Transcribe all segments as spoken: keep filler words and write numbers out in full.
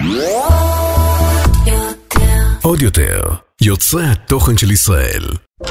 עוד יותר, יוצרי התוכן של ישראל.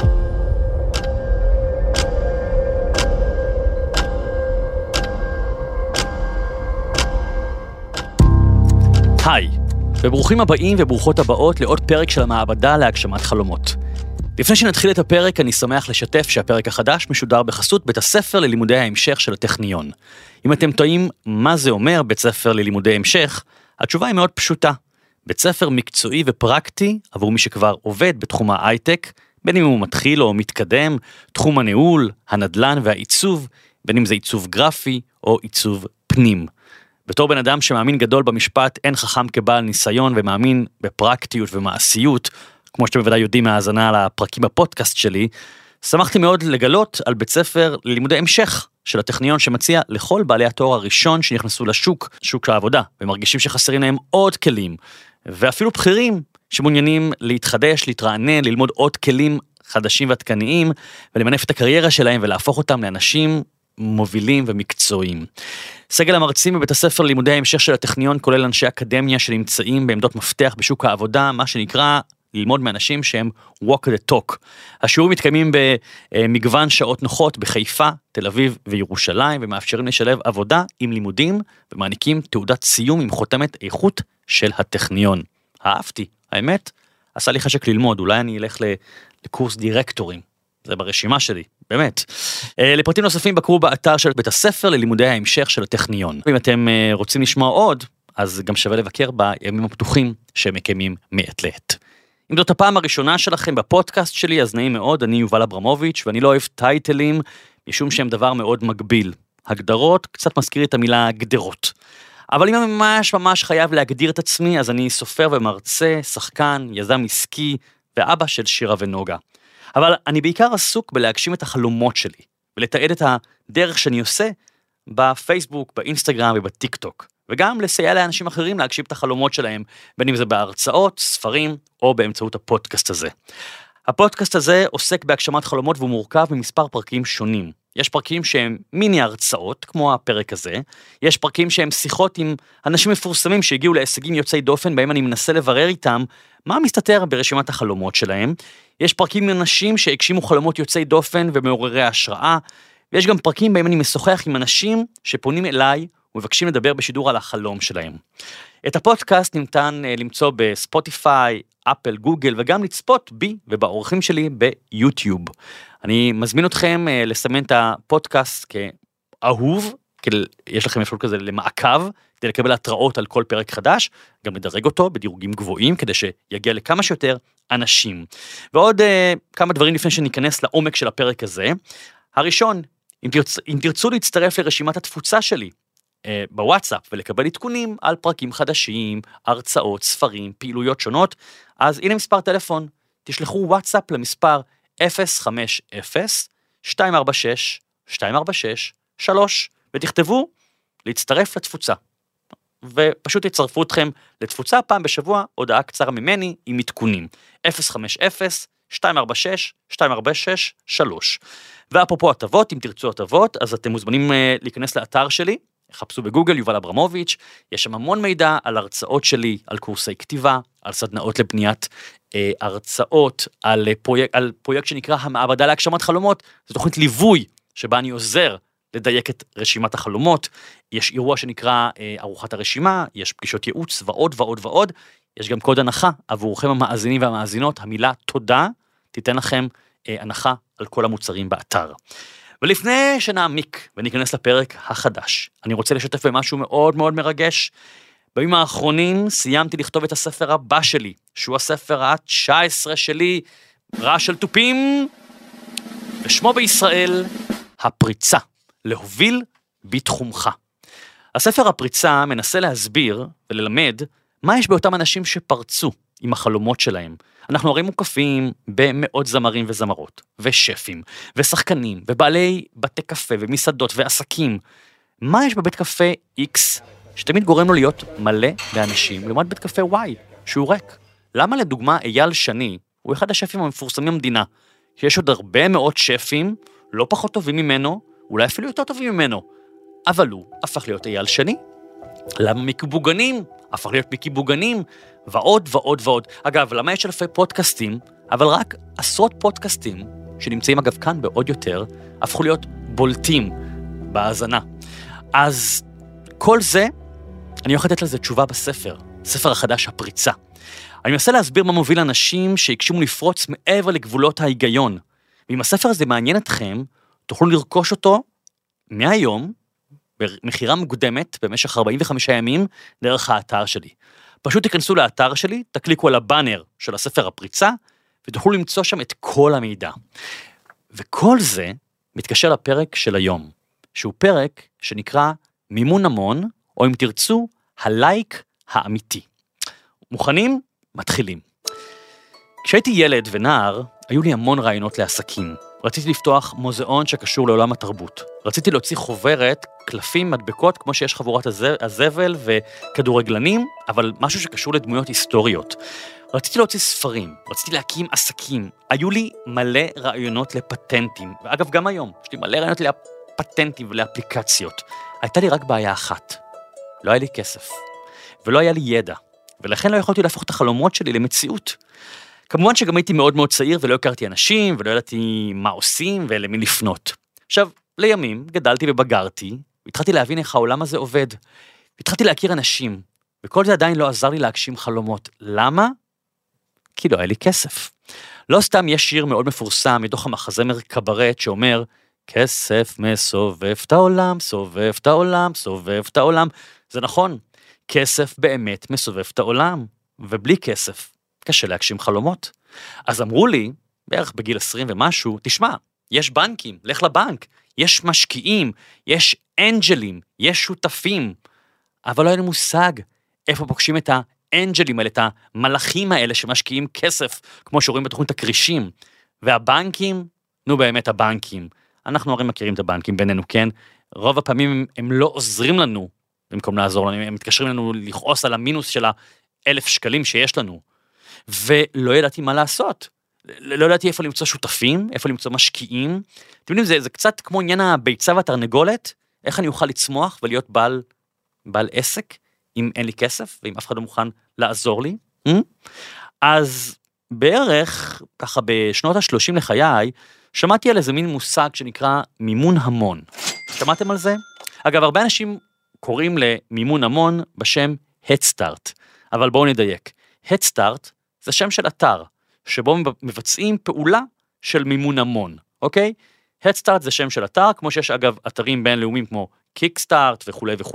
היי, וברוכים הבאים וברוכות הבאות לעוד פרק של המעבדה להגשמת חלומות. לפני שנתחיל את הפרק, אני שמח לשתף שהפרק החדש משודר בחסות בית הספר ללימודי ההמשך של הטכניון. אם אתם טועים מה זה אומר בית ספר ללימודי המשך, התשובה היא מאוד פשוטה. בית ספר מקצועי ופרקטי עבור מי שכבר עובד בתחום ההייטק, בין אם הוא מתחיל או מתקדם, תחום הניהול, הנדל"ן והעיצוב, בין אם זה עיצוב גרפי או עיצוב פנים. בתור בן אדם שמאמין גדול במשפט, אין חכם כבעל ניסיון ומאמין בפרקטיות ומעשיות, כמו שאתם בוודאי יודעים מהאזנה לפרקים בפודקאסט שלי, שמחתי מאוד לגלות על בית ספר ללימודי המשך של הטכניון שמציע לכל בעלי התואר הראשון שנכנסו לשוק, שוק העבודה, ומרגישים שחסרים להם עוד כלים, ואפילו בכירים שמעוניינים להתחדש, להתרענן, ללמוד עוד כלים חדשים ועדכניים, ולמנף את הקריירה שלהם ולהפוך אותם לאנשים מובילים ומקצועיים. סגל המרצים בבית הספר ללימודי ההמשך של הטכניון כולל אנשי אקדמיה שנמצאים בעמדות מפתח בשוק העבודה, מה שנקרא ללמוד מאנשים שהם walk the talk. השיעורים מתקיימים במגוון שעות נוחות בחיפה, תל אביב וירושלים, ומאפשרים לשלב עבודה עם לימודים, ומעניקים תעודת סיום עם חותמת איכות של הטכניון. אהבתי, האמת, עשה לי חשק ללמוד, אולי אני אלך לקורס דירקטורים, זה ברשימה שלי, באמת. לפרטים נוספים בקרו באתר של בית הספר ללימודי ההמשך של הטכניון. אם אתם רוצים לשמוע עוד, אז גם שווה לבקר בימים הפתוחים שהם מקיימים מעת לעת. אם זאת הפעם הראשונה שלכם בפודקאסט שלי, אז נעים מאוד, אני יובל אברמוביץ' ואני לא אוהב טייטלים, משום שהם דבר מאוד מגביל. הגדרות, קצת מזכיר את המילה גדרות. אבל אם אני ממש ממש חייב להגדיר את עצמי, אז אני סופר ומרצה, שחקן, יזם עסקי, ואבא של שירה ונוגה. אבל אני בעיקר עסוק בלהגשים את החלומות שלי, ולתעד את הדרך שאני עושה בפייסבוק, באינסטגרם ובטיק טוק. וגם לסייע לאנשים אחרים להגשים את החלומות שלהם, בין אם זה בהרצאות, ספרים, או באמצעות הפודקאסט הזה. הפודקאסט הזה עוסק בהגשמת חלומות והוא מורכב ממספר פרקים שונים. יש פרקים שהם מיני הרצאות, כמו הפרק הזה. יש פרקים שהם שיחות עם אנשים מפורסמים שהגיעו להישגים יוצאי דופן, בהם אני מנסה לברר איתם מה מסתתר ברשימת החלומות שלהם. יש פרקים עם אנשים שהגשימו חלומות יוצאי דופן ומעוררי השראה. ויש גם פרקים בהם אני משוחח עם אנשים שפונים אליי ומבקשים לדבר בשידור על החלום שלהם. את הפודקאסט ניתן למצוא בספוטיפיי, אפל, גוגל, וגם לצפות בי ובאורחים שלי ביוטיוב. אני מזמין אתכם לסמן את הפודקאסט כאהוב, כי יש לכם אפשרות כזה למעקב, כדי לקבל התראות על כל פרק חדש, גם לדרג אותו בדירוגים גבוהים, כדי שיגיע לכמה שיותר אנשים. ועוד uh, כמה דברים לפני שניכנס לעומק של הפרק הזה. הראשון, אם תרצ... אם תרצו להצטרף לרשימת התפוצה שלי, בוואטסאפ ולקבל עדכונים על פרקים חדשים, הרצאות, ספרים, פעילויות שונות, אז הנה מספר טלפון, תשלחו וואטסאפ למספר אפס חמש אפס שתיים ארבע שש שתיים ארבע שש שלוש ותכתבו להצטרף לתפוצה. ופשוט יצרפו אתכם לתפוצה פעם בשבוע, הודעה קצרה ממני עם עדכונים. אפס חמש אפס שתיים ארבע שש שתיים ארבע שש שלוש. ואפרופו הטבות, אם תרצו הטבות, אז אתם מוזמנים להיכנס לאתר שלי, חפשו בגוגל יובל אברמוביץ', יש שם המון מידע על הרצאות שלי, על קורסי כתיבה, על סדנאות לבניית אה, הרצאות, על, אה, פרויק, על פרויקט שנקרא המעבדה להגשמת חלומות, זו תוכנית ליווי שבה אני עוזר לדייק את רשימת החלומות, יש אירוע שנקרא אה, ארוחת הרשימה, יש פגישות ייעוץ ועוד ועוד ועוד, יש גם קוד הנחה עבורכם המאזינים והמאזינות, המילה תודה תיתן לכם אה, הנחה על כל המוצרים באתר. ולפני שנעמיק וניכנס לפרק החדש, אני רוצה לשתף במשהו מאוד מאוד מרגש. בימים האחרונים סיימתי לכתוב את הספר הבא שלי, שהוא הספר ה-תשע עשרה שלי, רעש של תופים, ושמו בישראל, הפריצה, להוביל בתחומך. הספר הפריצה מנסה להסביר וללמד מה יש באותם אנשים שפרצו עם החלומות שלהם. אנחנו הרי מוקפים במאות זמרים וזמרות, ושפים, ושחקנים, ובעלי בתי קפה, ומסעדות, ועסקים. מה יש בבית קפה X, שתמיד גורם לו להיות מלא באנשים, לעומת בית קפה Y, שהוא ריק? למה לדוגמה אייל שני, הוא אחד השפים המפורסמים במדינה, שיש עוד הרבה מאוד שפים, לא פחות טובים ממנו, אולי אפילו יותר טובים ממנו, אבל הוא הפך להיות אייל שני? למה מקבוגנים הפך להיות מיקי בוגנים, ועוד ועוד ועוד. אגב, למה יש אלפי פודקאסטים, אבל רק עשרות פודקאסטים, שנמצאים אגב כאן בעוד יותר, הפכו להיות בולטים בהאזנה. אז כל זה, אני הולך לתת לזה תשובה בספר, ספר החדש הפריצה. אני מנסה להסביר מה מוביל אנשים שהגשימו לפרוץ מעבר לגבולות ההיגיון. ואם הספר הזה מעניין אתכם, תוכלו לרכוש אותו מהיום, במחירה מוקדמת, במשך ארבעים וחמישה ימים, דרך האתר שלי. פשוט תיכנסו לאתר שלי, תקליקו על הבאנר של הספר הפריצה, ותוכלו למצוא שם את כל המידע. וכל זה מתקשר לפרק של היום, שהוא פרק שנקרא מימון המון, או אם תרצו, הלייק האמיתי. מוכנים? מתחילים. כשהייתי ילד ונער, היו לי המון רעיונות לעסקים. רציתי לפתוח מוזיאון שקשור לעולם התרבות. רציתי להוציא חוברת, קלפים, מדבקות, כמו שיש חבורת הזבל וכדורגלנים, אבל משהו שקשור לדמויות היסטוריות. רציתי להוציא ספרים, רציתי להקים עסקים. היו לי מלא רעיונות לפטנטים. ואגב, גם היום, יש לי מלא רעיונות לפטנטים ולאפליקציות. הייתה לי רק בעיה אחת. לא היה לי כסף. ולא היה לי ידע. ולכן לא יכולתי להפוך את החלומות שלי למציאות. כמובן שגם הייתי מאוד מאוד צעיר ולא הכרתי אנשים, ולא ידעתי מה עושים ולמי לפנות. עכשיו, לימים גדלתי ובגרתי, והתחלתי להבין איך העולם הזה עובד. התחלתי להכיר אנשים, וכל זה עדיין לא עזר לי להגשים חלומות. למה? כי לא היה לי כסף. לא סתם יש שיר מאוד מפורסם מתוך המחזמר קברט שאומר, כסף מסובב את העולם, סובב את העולם, סובב את העולם. זה נכון, כסף באמת מסובב את העולם, ובלי כסף קשה להגשים חלומות. אז אמרו לי, בערך בגיל עשרים ומשהו, תשמע, יש בנקים, לך לבנק, יש משקיעים, יש אנג'לים, יש שותפים, אבל לא היה לי מושג איפה פוגשים את האנג'לים האלה, את המלאכים האלה שמשקיעים כסף, כמו שרואים בתוכנית הקרישים, והבנקים, נו באמת הבנקים, אנחנו הרי מכירים את הבנקים בינינו, כן? רוב הפעמים הם לא עוזרים לנו, במקום לעזור לנו, הם מתקשרים לנו לכעוס על המינוס של האלף שקלים שיש לנו, ולא ידעתי מה לעשות. לא ידעתי איפה למצוא שותפים, איפה למצוא משקיעים. אתם יודעים, זה, זה קצת כמו עניין הביצה והתרנגולת, איך אני אוכל לצמוח ולהיות בעל, בעל עסק, אם אין לי כסף, ואם אף אחד לא מוכן לעזור לי. אז בערך, ככה בשנות ה-שלושים לחיי, שמעתי על איזה מין מושג שנקרא מימון המון. שמעתם על זה? אגב, הרבה אנשים קוראים למימון המון בשם Head Start, אבל בואו נדייק. Head Start זה שם של אתר, שבו מבצעים פעולה של מימון המון, אוקיי? Head Start זה שם של אתר, כמו שיש אגב אתרים בינלאומיים כמו Kickstart וכו' וכו',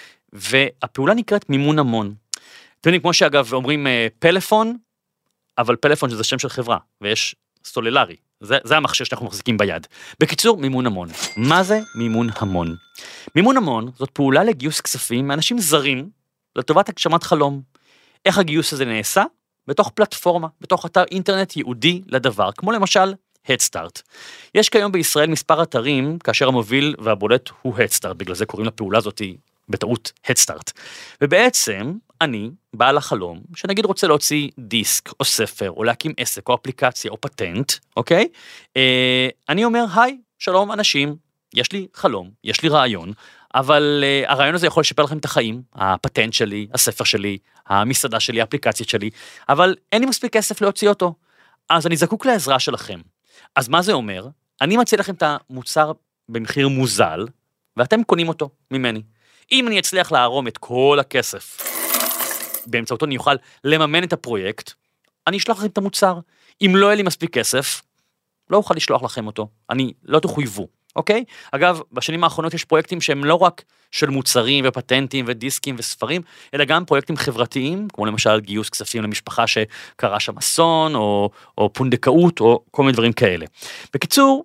והפעולה נקראת מימון המון. אתם יודעים, כמו שאגב אומרים פלאפון, אבל פלאפון זה שם של חברה, ויש סוללרי, זה, זה המכשיר שאנחנו מחזיקים ביד. בקיצור, מימון המון. מה זה מימון המון? מימון המון זאת פעולה לגיוס כספים מאנשים זרים, לטובת הגשמת חלום. איך הגיוס הזה נעשה? בתוך פלטפורמה, בתוך אתר אינטרנט ייעודי לדבר, כמו למשל Head Start. יש כיום בישראל מספר אתרים, כאשר המוביל והבולט הוא Head Start, בגלל זה קוראים לפעולה הזאת בטעות Head Start. ובעצם אני בעל החלום, שנגיד רוצה להוציא דיסק או ספר, או להקים עסק או אפליקציה או פטנט, אוקיי? אה, אני אומר, היי, שלום אנשים, יש לי חלום, יש לי רעיון, אבל uh, הרעיון הזה יכול לשפר לכם את החיים, הפטנט שלי, הספר שלי, המסעדה שלי, האפליקציה שלי, אבל אין לי מספיק כסף להוציא אותו, אז אני זקוק לעזרה שלכם. אז מה זה אומר? אני מציע לכם את המוצר במחיר מוזל, ואתם קונים אותו ממני. אם אני אצליח להרום את כל הכסף, באמצעותו אני אוכל לממן את הפרויקט, אני אשלח לכם את המוצר. אם לא יהיה לי מספיק כסף, לא אוכל לשלוח לכם אותו. אני לא תחויבו. אוקיי? אגב, בשנים האחרונות יש פרויקטים שהם לא רק של מוצרים ופטנטים ודיסקים וספרים, אלא גם פרויקטים חברתיים, כמו למשל גיוס כספים למשפחה שקרה שם אסון, או, או פונדקאות, או כל מיני דברים כאלה. בקיצור,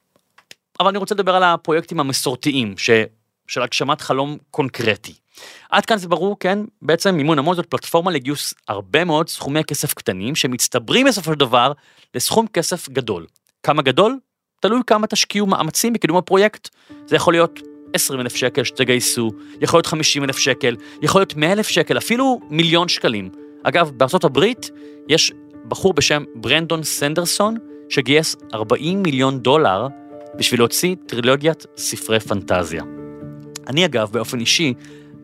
אבל אני רוצה לדבר על הפרויקטים המסורתיים, ש, של הגשמת חלום קונקרטי. עד כאן זה ברור, כן? בעצם מימון המון זאת פלטפורמה לגיוס הרבה מאוד סכומי כסף קטנים, שמצטברים בסופו של דבר לסכום כסף גדול. כמה גדול? תלוי כמה תשקיעו מאמצים בקידום הפרויקט. זה יכול להיות עשרים אלף שקל שתגייסו, יכול להיות חמישים אלף שקל, יכול להיות מאה אלף שקל, אפילו מיליון שקלים. אגב, בארצות הברית יש בחור בשם ברנדון סנדרסון, שגייס ארבעים מיליון דולר בשביל להוציא טרילוגיית ספרי פנטזיה. אני אגב, באופן אישי,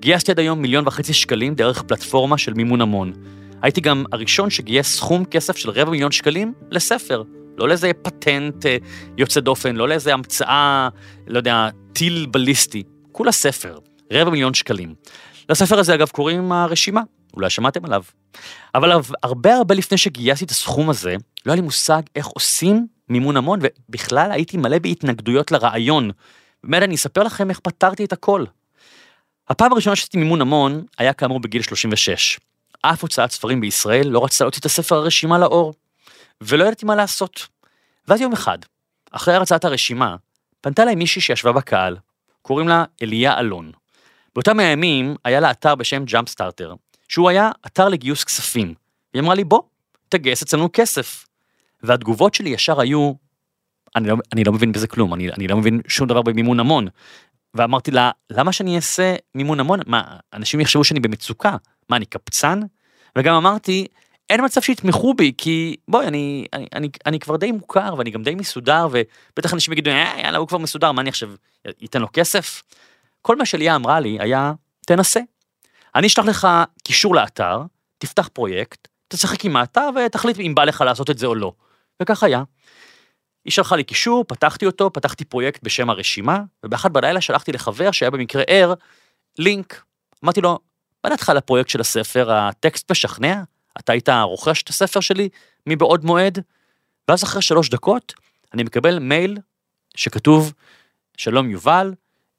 גייסתי עד היום מיליון וחצי שקלים דרך פלטפורמה של מימון המון. הייתי גם הראשון שגייס סכום כסף של רבע מיליון שקלים לספר. לא לאיזה פטנט יוצא דופן, לא לאיזה המצאה, לא יודע, טיל בליסטי. כולה ספר, רבע מיליון שקלים. לספר הזה אגב קוראים הרשימה, אולי שמעתם עליו. אבל הרבה הרבה לפני שגייסתי את הסכום הזה, לא היה לי מושג איך עושים מימון המון, ובכלל הייתי מלא בהתנגדויות לרעיון. באמת אני אספר לכם איך פתרתי את הכל. הפעם הראשונה שעשיתי מימון המון היה כאמור בגיל שלושים ושש. אף הוצאת ספרים בישראל לא רצתה להוציא את הספר הרשימה לאור, ולא ידעתי מה לעשות. ואז יום אחד, אחרי הרצאת הרשימה, פנתה אליי מישהי שישבה בקהל, קוראים לה אליה אלון. באותם הימים היה לה אתר בשם ג'אמפ סטארטר, שהוא היה אתר לגיוס כספים. היא אמרה לי, בוא, תגייס אצלנו כסף. והתגובות שלי ישר היו, אני לא, אני לא מבין בזה כלום, אני, אני לא מבין שום דבר במימון המון. ואמרתי לה, למה שאני אעשה מימון המון? מה, אנשים יחשבו שאני במצוקה? מה, אני קפצן? וגם אמרתי, אין מצב שיתמכו בי, כי בואי, אני, אני, אני, אני כבר די מוכר, ואני גם די מסודר, ובטח אנשים יגידו, אה, יאללה, הוא כבר מסודר, מה אני עכשיו, ייתן לו כסף? כל מה שליה אמרה לי היה, תנסה. אני אשלח לך קישור לאתר, תפתח פרויקט, תשחק עם האתר, ותחליט אם בא לך לעשות את זה או לא. וכך היה. היא שלחה לי קישור, פתחתי אותו, פתחתי פרויקט בשם הרשימה, ובאחת בלילה שלחתי לחבר שהיה במקרה ער, לינק. אמרתי לו, בנתך לפרויקט של הספר, הטקסט משכנע, אתה היית רוכש את הספר שלי, מבעוד מועד, ואז אחרי שלוש דקות, אני מקבל מייל שכתוב, שלום יובל,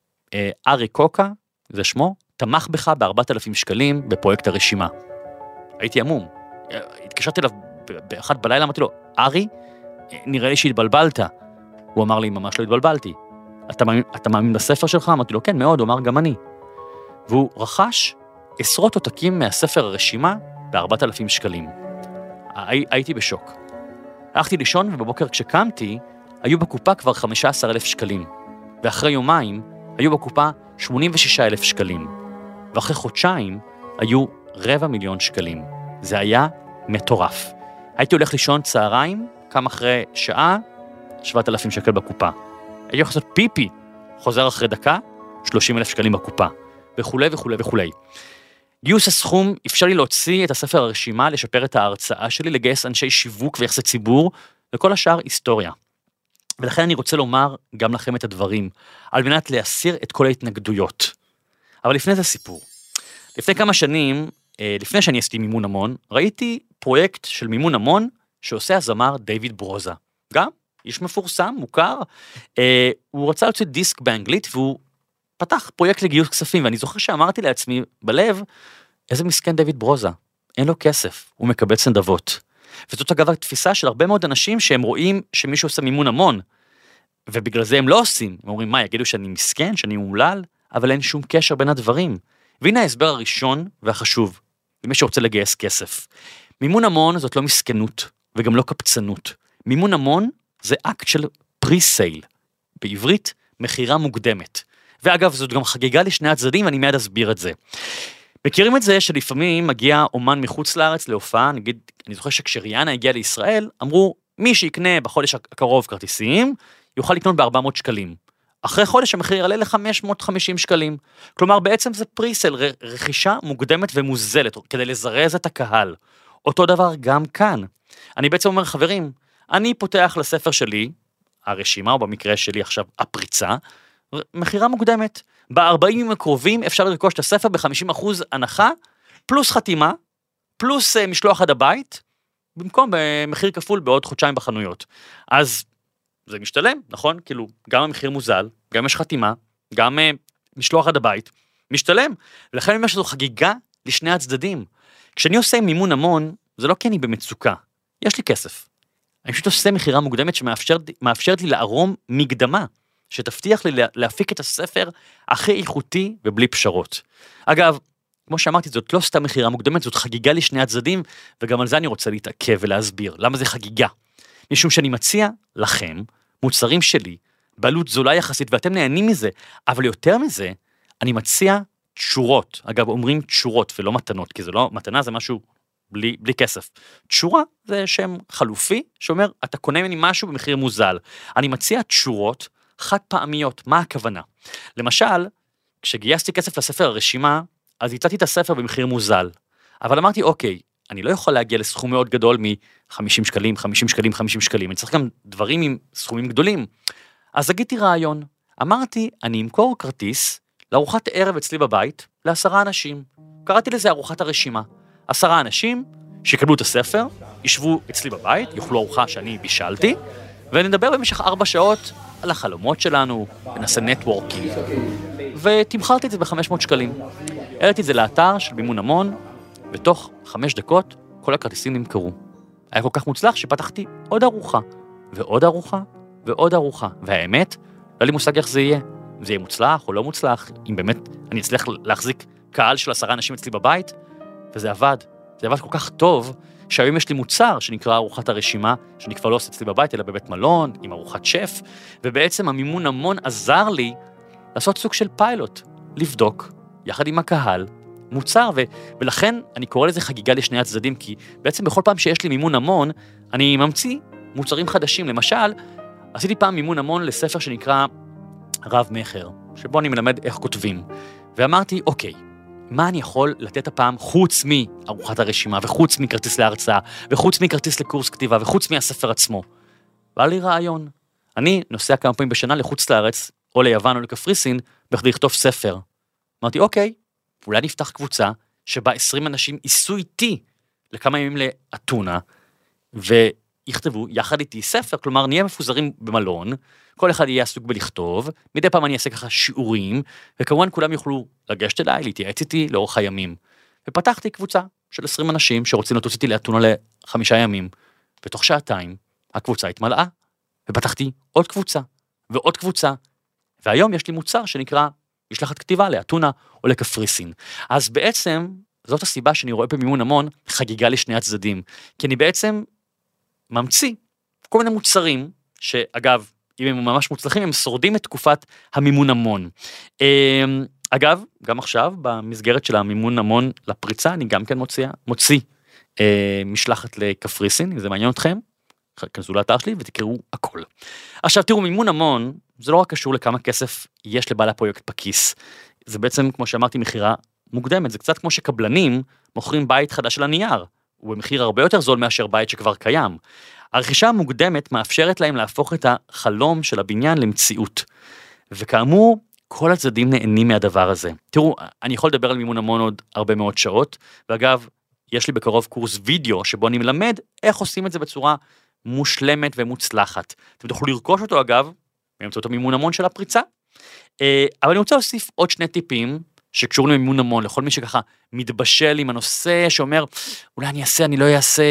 ארי קוקה, זה שמו, תמך בך ב-ארבעת אלפים שקלים בפרויקט הרשימה. הייתי עמום. התקשרתי אליו באחת בלילה, אמרתי לו, ארי, נראה לי שהתבלבלת. הוא אמר לי, ממש לא התבלבלתי. אתה מאמין, אתה מאמין בספר שלך? אמרתי לו, כן, מאוד, הוא אמר, גם אני. והוא רכש עשרות עותקים מהספר הרשימה ב-ארבעת אלפים שקלים. הי, הייתי בשוק. הלכתי לישון, ובבוקר כשקמתי, היו בקופה כבר חמישה עשר אלף שקלים. ואחרי יומיים, היו בקופה שמונים ושישה אלף שקלים. ואחרי חודשיים, היו רבע מיליון שקלים. זה היה מטורף. הייתי הולך לישון צהריים, קם אחרי שעה, שבעת אלפים שקל בקופה. הייתי הולך לעשות פיפי, חוזר אחרי דקה, שלושים אלף שקלים בקופה. וכולי וכולי וכולי. גיוס הסכום אפשר לי להוציא את הספר הרשימה, לשפר את ההרצאה שלי, לגייס אנשי שיווק ויחסי ציבור, וכל השאר היסטוריה. ולכן אני רוצה לומר גם לכם את הדברים, על מנת להסיר את כל ההתנגדויות. אבל לפני זה סיפור. לפני כמה שנים, לפני שאני עשיתי מימון המון, ראיתי פרויקט של מימון המון, שעושה הזמר דיוויד ברוזה. גם איש מפורסם, מוכר. הוא רצה להוציא דיסק באנגלית, והוא פתח פרויקט לגיוס כספים, ואני זוכר שאמרתי לעצמי בלב, איזה מסכן דיוויד ברוזה, אין לו כסף, הוא מקבץ נדבות. וזאת אגב התפיסה של הרבה מאוד אנשים שהם רואים שמישהו עושה מימון המון, ובגלל זה הם לא עושים. הם אומרים, מה, יגידו שאני מסכן, שאני מעולל, אבל אין שום קשר בין הדברים. והנה ההסבר הראשון והחשוב, למי שרוצה לגייס כסף. מימון המון זאת לא מסכנות, וגם לא קפצנות. מימון המון זה אקט של פרי-סייל. בעברית, מחירה מוקדמת. ואגב, זאת גם חגיגה לשני הצדדים, ואני מיד אסביר את זה. מכירים את זה שלפעמים מגיע אומן מחוץ לארץ להופעה, נגיד, אני זוכר שכשריאנה הגיעה לישראל, אמרו, מי שיקנה בחודש הקרוב כרטיסים, יוכל לקנות ב-ארבע מאות שקלים. אחרי חודש המחיר יעלה ל-חמש מאות וחמישים שקלים. כלומר, בעצם זה פריסל, רכישה מוקדמת ומוזלת, כדי לזרז את הקהל. אותו דבר גם כאן. אני בעצם אומר, חברים, אני פותח לספר שלי, הרשימה, או במקרה שלי עכשיו, הפריצה, מחירה מוקדמת. ב-ארבעים ימים הקרובים אפשר לרכוש את הספר ב-חמישים אחוז הנחה, פלוס חתימה, פלוס משלוח עד הבית, במקום במחיר כפול בעוד חודשיים בחנויות. אז זה משתלם, נכון? כאילו, גם המחיר מוזל, גם יש חתימה, גם משלוח עד הבית, משתלם. ולכן אני אומר שזו חגיגה לשני הצדדים. כשאני עושה מימון המון, זה לא כי אני במצוקה. יש לי כסף. אני פשוט עושה מחירה מוקדמת שמאפשרת לי לערום מקדמה, שתבטיח לי להפיק את הספר הכי איכותי ובלי פשרות. אגב, כמו שאמרתי, זאת לא סתם מחירה מוקדמת, זאת חגיגה לשני הצדדים, וגם על זה אני רוצה להתעכב ולהסביר. למה זה חגיגה? משום שאני מציע לכם מוצרים שלי, בעלות זולה יחסית, ואתם נהנים מזה, אבל יותר מזה, אני מציע תשורות. אגב, אומרים תשורות ולא מתנות, כי זה לא, מתנה זה משהו בלי, בלי כסף. תשורה זה שם חלופי, שאומר, אתה קונה ממני משהו במחיר מוזל. אני מציע תשורות חד פעמיות. מה הכוונה? למשל, כשגייסתי כסף לספר הרשימה, אז הצעתי את הספר במחיר מוזל. אבל אמרתי, אוקיי, אני לא יכול להגיע לסכום מאוד גדול מ-חמישים שקלים, חמישים שקלים, חמישים שקלים. אני צריך גם דברים עם סכומים גדולים. אז הגיתי רעיון. אמרתי, אני אמכור כרטיס לארוחת ערב אצלי בבית לעשרה אנשים. קראתי לזה ארוחת הרשימה. עשרה אנשים שיקבלו את הספר, ישבו אצלי בבית, יאכלו ארוחה שאני בישלתי, ונדבר במשך ארבע שעות על החלומות שלנו, ונעשה נטוורקינג. ותמכרתי את זה ב-חמש מאות שקלים. העליתי את זה לאתר של מימון המון, ותוך חמש דקות כל הכרטיסים נמכרו. היה כל כך מוצלח שפתחתי עוד ארוחה, ועוד ארוחה, ועוד ארוחה. והאמת, לא היה לי מושג איך זה יהיה. אם זה יהיה מוצלח או לא מוצלח, אם באמת אני אצליח להחזיק קהל של עשרה אנשים אצלי בבית, וזה עבד. זה עבד כל כך טוב, שהיום יש לי מוצר שנקרא ארוחת הרשימה, שאני כבר לא עושה אצלי בבית, אלא בבית מלון, עם ארוחת שף, ובעצם המימון המון עזר לי לעשות סוג של פיילוט, לבדוק, יחד עם הקהל, מוצר, ו- ולכן אני קורא לזה חגיגה לשני הצדדים, כי בעצם בכל פעם שיש לי מימון המון, אני ממציא מוצרים חדשים. למשל, עשיתי פעם מימון המון לספר שנקרא רב מחר, שבו אני מלמד איך כותבים, ואמרתי, אוקיי, מה אני יכול לתת הפעם חוץ מארוחת הרשימה, וחוץ מכרטיס להרצאה, וחוץ מכרטיס לקורס כתיבה, וחוץ מהספר עצמו? והיה לי רעיון. אני נוסע כמה פעמים בשנה לחוץ לארץ, או ליוון או לקפריסין, בכדי לכתוב ספר. אמרתי, אוקיי, אולי נפתח קבוצה, שבה עשרים אנשים ייסעו איתי לכמה ימים לאתונה, ויכתבו יחד איתי ספר, כלומר, נהיה מפוזרים במלון, כל אחד יהיה עסוק בלכתוב, מדי פעם אני אעשה ככה שיעורים, וכמובן כולם יוכלו לגשת אליי, להתייעץ איתי לאורך הימים. ופתחתי קבוצה של עשרים אנשים שרוצים לטוס איתי לאתונה לחמישה ימים, ותוך שעתיים הקבוצה התמלאה, ופתחתי עוד קבוצה, ועוד קבוצה, והיום יש לי מוצר שנקרא משלחת כתיבה לאתונה או לקפריסין. אז בעצם זאת הסיבה שאני רואה במימון המון חגיגה לשני הצדדים, כי אני בעצם ממציא כל מיני מוצרים, שאגב, אם הם ממש מוצלחים, הם שורדים את תקופת המימון המון. אגב, גם עכשיו, במסגרת של המימון המון לפריצה, אני גם כן מוציא, מוציא משלחת לקפריסין, אם זה מעניין אתכם, כנסו לאתר שלי ותקראו הכל. עכשיו, תראו, מימון המון, זה לא רק קשור לכמה כסף יש לבעל הפרויקט בכיס. זה בעצם, כמו שאמרתי, מחירה מוקדמת. זה קצת כמו שקבלנים מוכרים בית חדש של הנייר, ובמחיר הרבה יותר זול מאשר בית שכבר קיים. הרכישה המוקדמת מאפשרת להם להפוך את החלום של הבניין למציאות. וכאמור, כל הצדדים נהנים מהדבר הזה. תראו, אני יכול לדבר על מימון המון עוד הרבה מאוד שעות, ואגב, יש לי בקרוב קורס וידאו שבו אני מלמד איך עושים את זה בצורה מושלמת ומוצלחת. אתם תוכלו לרכוש אותו אגב, באמצעות המימון המון של הפריצה. אבל אני רוצה להוסיף עוד שני טיפים שקשורים למימון המון, לכל מי שככה מתבשל עם הנושא, שאומר, אולי אני אעשה, אני לא אעשה,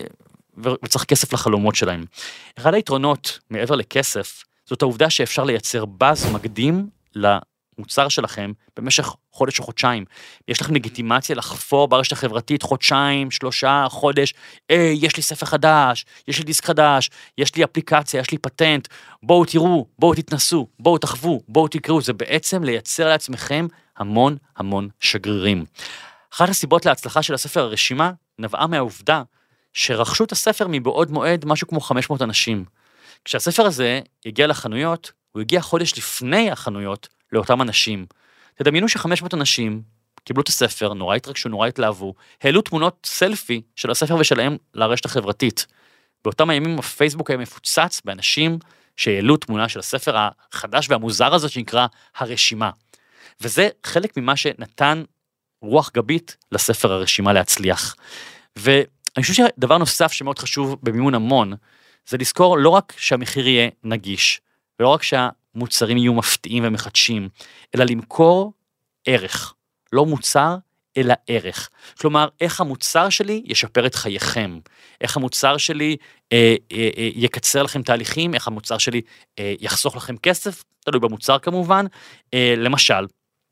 וצריך כסף לחלומות שלהם. אחד היתרונות מעבר לכסף, זאת העובדה שאפשר לייצר באז מקדים למוצר שלכם במשך חודש או חודשיים. יש לכם לגיטימציה לחפור ברשת החברתית חודשיים, שלושה, חודש, היי, יש לי ספר חדש, יש לי דיסק חדש, יש לי אפליקציה, יש לי פטנט, בואו תראו, בואו תתנסו, בואו תחוו, בואו תקראו. זה בעצם לייצר לעצמכם המון המון שגרירים. אחת הסיבות להצלחה של הספר הרשימה נבעה מהעובדה שרכשו את הספר מבעוד מועד משהו כמו חמש מאות אנשים. כשהספר הזה הגיע לחנויות, הוא הגיע חודש לפני החנויות לאותם אנשים. תדמיינו ש-חמש מאות אנשים קיבלו את הספר, נורא התרגשו, נורא התלהבו, העלו תמונות סלפי של הספר ושלהם לרשת החברתית. באותם הימים הפייסבוק היה מפוצץ באנשים שהעלו תמונה של הספר החדש והמוזר הזה שנקרא הרשימה. וזה חלק ממה שנתן רוח גבית לספר הרשימה להצליח. ואני חושב שדבר נוסף שמאוד חשוב במימון המון, זה לזכור לא רק שהמחיר יהיה נגיש, ולא רק שהמוצרים יהיו מפתיעים ומחדשים, אלא למכור ערך. לא מוצר, אלא ערך. כלומר, איך המוצר שלי ישפר את חייכם, איך המוצר שלי אה, אה, אה, יקצר לכם תהליכים, איך המוצר שלי אה, יחסוך לכם כסף, תלוי במוצר כמובן. אה, למשל,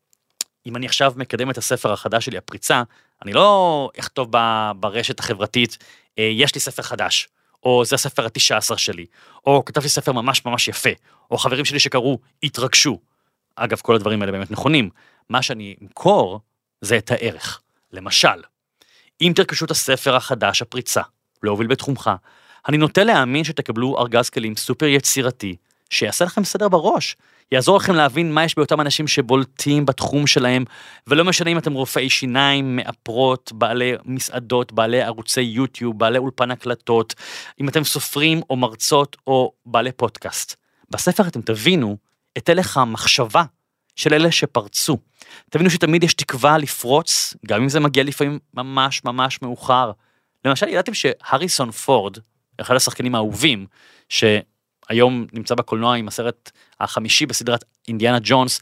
אם אני עכשיו מקדם את הספר החדש שלי, הפריצה, אני לא אכתוב ברשת החברתית, אה, יש לי ספר חדש, או זה הספר ה-תשע עשרה שלי, או כתבתי ספר ממש ממש יפה, או חברים שלי שקראו, התרגשו. אגב, כל הדברים האלה באמת נכונים. מה שאני אמכור, זה את הערך. למשל, אם תרכשו את הספר החדש, הפריצה, להוביל בתחומך, אני נוטה להאמין שתקבלו ארגז כלים סופר יצירתי, שיעשה לכם סדר בראש, יעזור לכם להבין מה יש באותם אנשים שבולטים בתחום שלהם, ולא משנה אם אתם רופאי שיניים, מאפרות, בעלי מסעדות, בעלי ערוצי יוטיוב, בעלי אולפן הקלטות, אם אתם סופרים או מרצות או בעלי פודקאסט. בספר אתם תבינו את הלך המחשבה של אלה שפרצו. תבינו שתמיד יש תקווה לפרוץ, גם אם זה מגיע לפעמים ממש ממש מאוחר. למשל, ידעתם שהריסון פורד, אחד השחקנים האהובים, שהיום נמצא בקולנוע עם הסרט החמישי בסדרת אינדיאנה ג'ונס,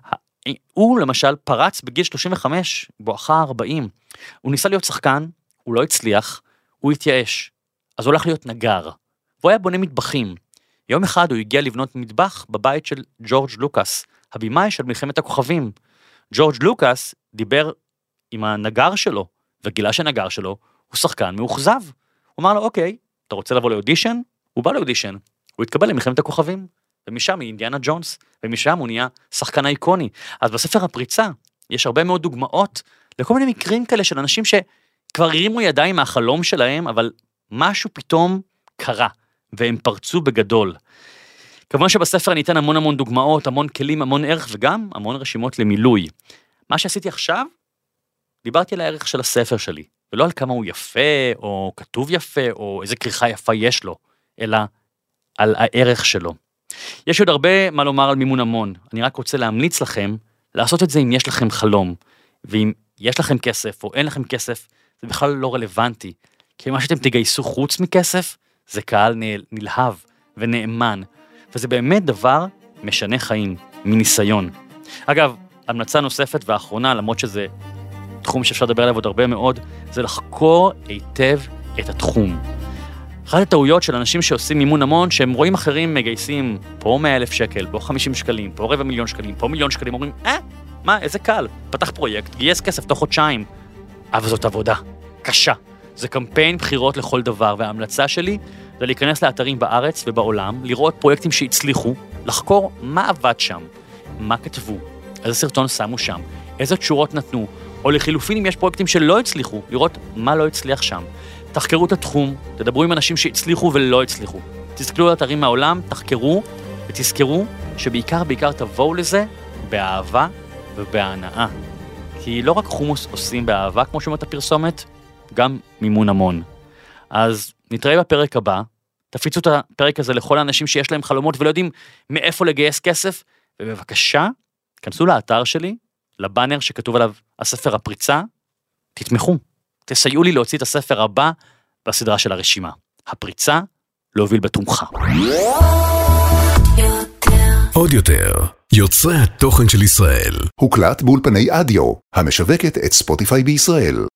הוא למשל פרץ בגיל שלושים וחמש, בואכה ארבעים. הוא ניסה להיות שחקן, הוא לא הצליח, הוא התייאש. אז הוא הולך להיות נגר. והוא היה בונה מטבחים. יום אחד הוא הגיע לבנות מטבח בבית של ג'ורג' לוקאס, הבימאי של מלחמת הכוכבים. ג'ורג' לוקאס דיבר עם הנגר שלו, וגילה שנגר שלו הוא שחקן מאוכזב. הוא אמר לו, אוקיי, אתה רוצה לבוא לאודישן? הוא בא לאודישן. הוא התקבל למלחמת הכוכבים, ומשם היא אינדיאנה ג'ונס, ומשם הוא נהיה שחקן איקוני. אז בספר הפריצה יש הרבה מאוד דוגמאות לכל מיני מקרים כאלה של אנשים שכבר הרימו ידיים מהחלום שלהם, אבל משהו פתאום קרה, והם פרצו בגדול. כמובן שבספר אני אתן המון המון דוגמאות, המון כלים, המון ערך, וגם המון רשימות למילוי. מה שעשיתי עכשיו, דיברתי על הערך של הספר שלי, ולא על כמה הוא יפה, או כתוב יפה, או איזה כריכה יפה יש לו, אלא על הערך שלו. יש עוד הרבה מה לומר על מימון המון, אני רק רוצה להמליץ לכם, לעשות את זה אם יש לכם חלום, ואם יש לכם כסף, או אין לכם כסף, זה בכלל לא רלוונטי, כי מה שאתם תגייסו חוץ מכסף, זה קהל נלהב ונאמן, וזה באמת דבר משנה חיים, מניסיון. אגב, המלצה נוספת ואחרונה, למרות שזה תחום שאפשר לדבר עליו עוד הרבה מאוד, זה לחקור היטב את התחום. אחת הטעויות של אנשים שעושים מימון המון, שהם רואים אחרים מגייסים פה מאה אלף שקל, פה חמישים שקלים, פה רבע מיליון שקלים, פה מיליון שקלים, אומרים, אה, מה, איזה קל, פתח פרויקט, גייס כסף תוך חודשיים. אבל זאת עבודה, קשה. זה קמפיין בחירות לכל דבר, וההמלצה שלי זה להיכנס לאתרים בארץ ובעולם, לראות פרויקטים שהצליחו, לחקור מה עבד שם, מה כתבו, איזה סרטון שמו שם, איזה תשורות נתנו, או לחילופין אם יש פרויקטים שלא הצליחו, לראות מה לא הצליח שם. תחקרו את התחום, תדברו עם אנשים שהצליחו ולא הצליחו. תסתכלו על אתרים מהעולם, תחקרו, ותזכרו שבעיקר בעיקר תבואו לזה באהבה ובהנאה. כי לא רק חומוס עושים באהבה, כמו שאומרת הפרסומת, גם מימון המון. אז נתראה בפרק הבא, תפיצו את הפרק הזה לכל האנשים שיש להם חלומות ולא יודעים מאיפה לגייס כסף, ובבקשה, כנסו לאתר שלי, לבאנר שכתוב עליו הספר הפריצה, תתמכו, תסייעו לי להוציא את הספר הבא בסדרה של הרשימה. הפריצה, להוביל בתומך. עוד יותר, יוצרי התוכן של ישראל. הוקלט באולפני אדיו, המשווקת את ספוטיפיי בישראל.